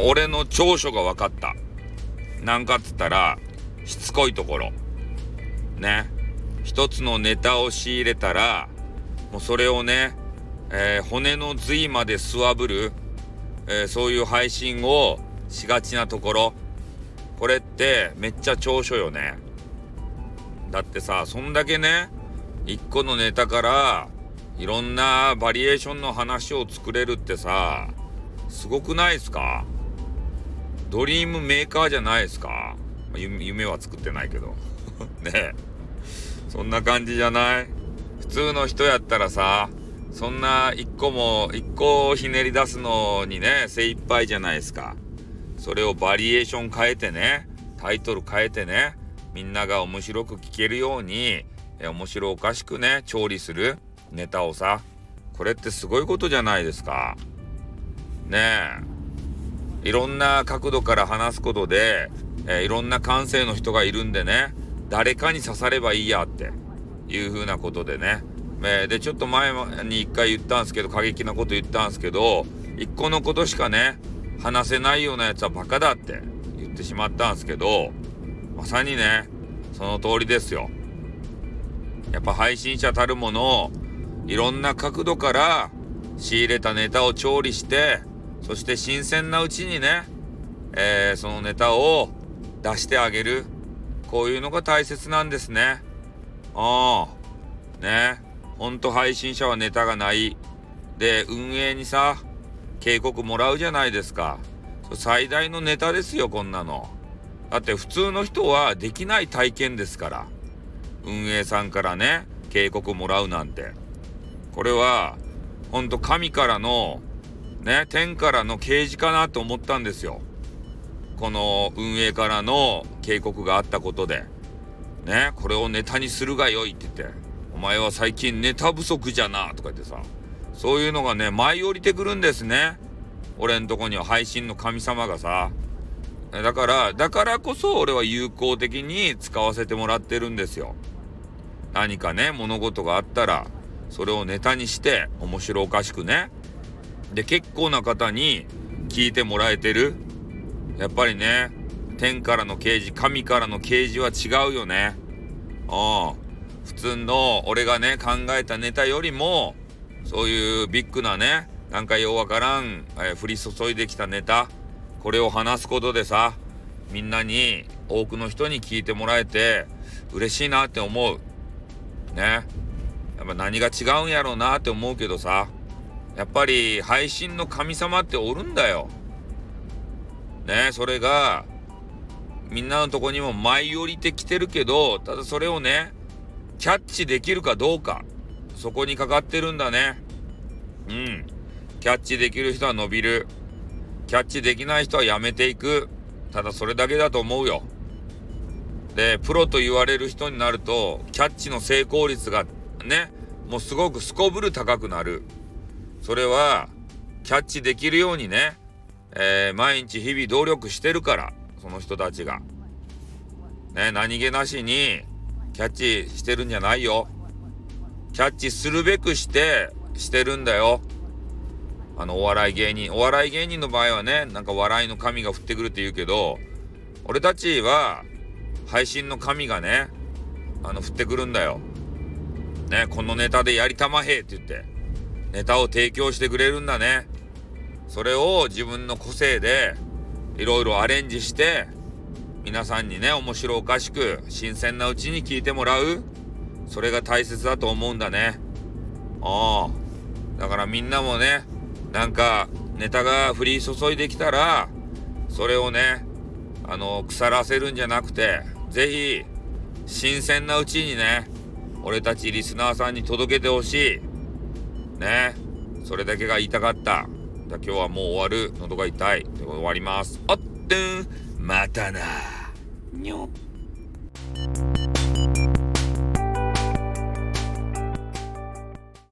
俺の長所が分かった。なんかっつったらしつこいところね。一つのネタを仕入れたらもうそれをね、骨の髄までスワブる、そういう配信をしがちなところ、これってめっちゃ長所よね。だってさ、そんだけね、一個のネタからいろんなバリエーションの話を作れるってさ、すごくないですか？ドリームメーカーじゃないですか？夢は作ってないけどねえ、そんな感じじゃない？普通の人やったらさ、そんな一個をひねり出すのにね精一杯じゃないですか。それをバリエーション変えてね、タイトル変えてね、みんなが面白く聞けるように面白おかしくね調理するネタをさ、これってすごいことじゃないですかねえ。いろんな角度から話すことで、いろんな感性の人がいるんでね、誰かに刺さればいいやっていう風なことでね、でちょっと前に一回言ったんですけど、過激なこと言ったんですけど、一個のことしかね話せないようなやつはバカだって言ってしまったんですけど、まさにねその通りですよ。やっぱ配信者たるもの、いろんな角度から仕入れたネタを調理して、そして新鮮なうちにね、そのネタを出してあげる、こういうのが大切なんですね。ね、ほんと配信者はネタがないで、運営にさ警告もらうじゃないですか。最大のネタですよ、こんなの。だって普通の人はできない体験ですから、運営さんからね警告もらうなんて。これはほんと神からのね、天からの啓示かなと思ったんですよ。この運営からの警告があったことでね、これをネタにするがよいって言って、お前は最近ネタ不足じゃなとか言ってさ、そういうのがね舞い降りてくるんですね。俺んとこには配信の神様がさ、だからこそ俺は有効的に使わせてもらってるんですよ。何かね物事があったらそれをネタにして面白おかしくね、で結構な方に聞いてもらえてる。やっぱりね、天からの啓示、神からの啓示は違うよね。普通の俺がね考えたネタよりも、そういうビッグなね、なんかようわからん、降り注いできたネタ、これを話すことでさ、みんなに、多くの人に聞いてもらえて嬉しいなって思うね。やっぱ何が違うんやろうなって思うけどさ、やっぱり配信の神様っておるんだよね。それがみんなのとこにも舞い降りてきてるけど、ただそれをねキャッチできるかどうか、そこにかかってるんだね。キャッチできる人は伸びる、キャッチできない人はやめていく、ただそれだけだと思うよ。でプロと言われる人になると、キャッチの成功率がねもうすごくすこぶる高くなる。それはキャッチできるようにね、毎日日々努力してるから、その人たちがね、何気なしにキャッチしてるんじゃないよ。キャッチするべくしてるんだよ。お笑い芸人の場合はね、なんか笑いの神が降ってくるって言うけど、俺たちは配信の神がね降ってくるんだよね。このネタでやりたまへって言ってネタを提供してくれるんだね。それを自分の個性でいろいろアレンジして皆さんにね面白おかしく新鮮なうちに聞いてもらう、それが大切だと思うんだね。だからみんなもね、なんかネタが降り注いできたらそれをね腐らせるんじゃなくて、ぜひ新鮮なうちにね俺たちリスナーさんに届けてほしいね。それだけが言いたかった。今日はもう終わる、喉が痛い。終わります。またなにょ。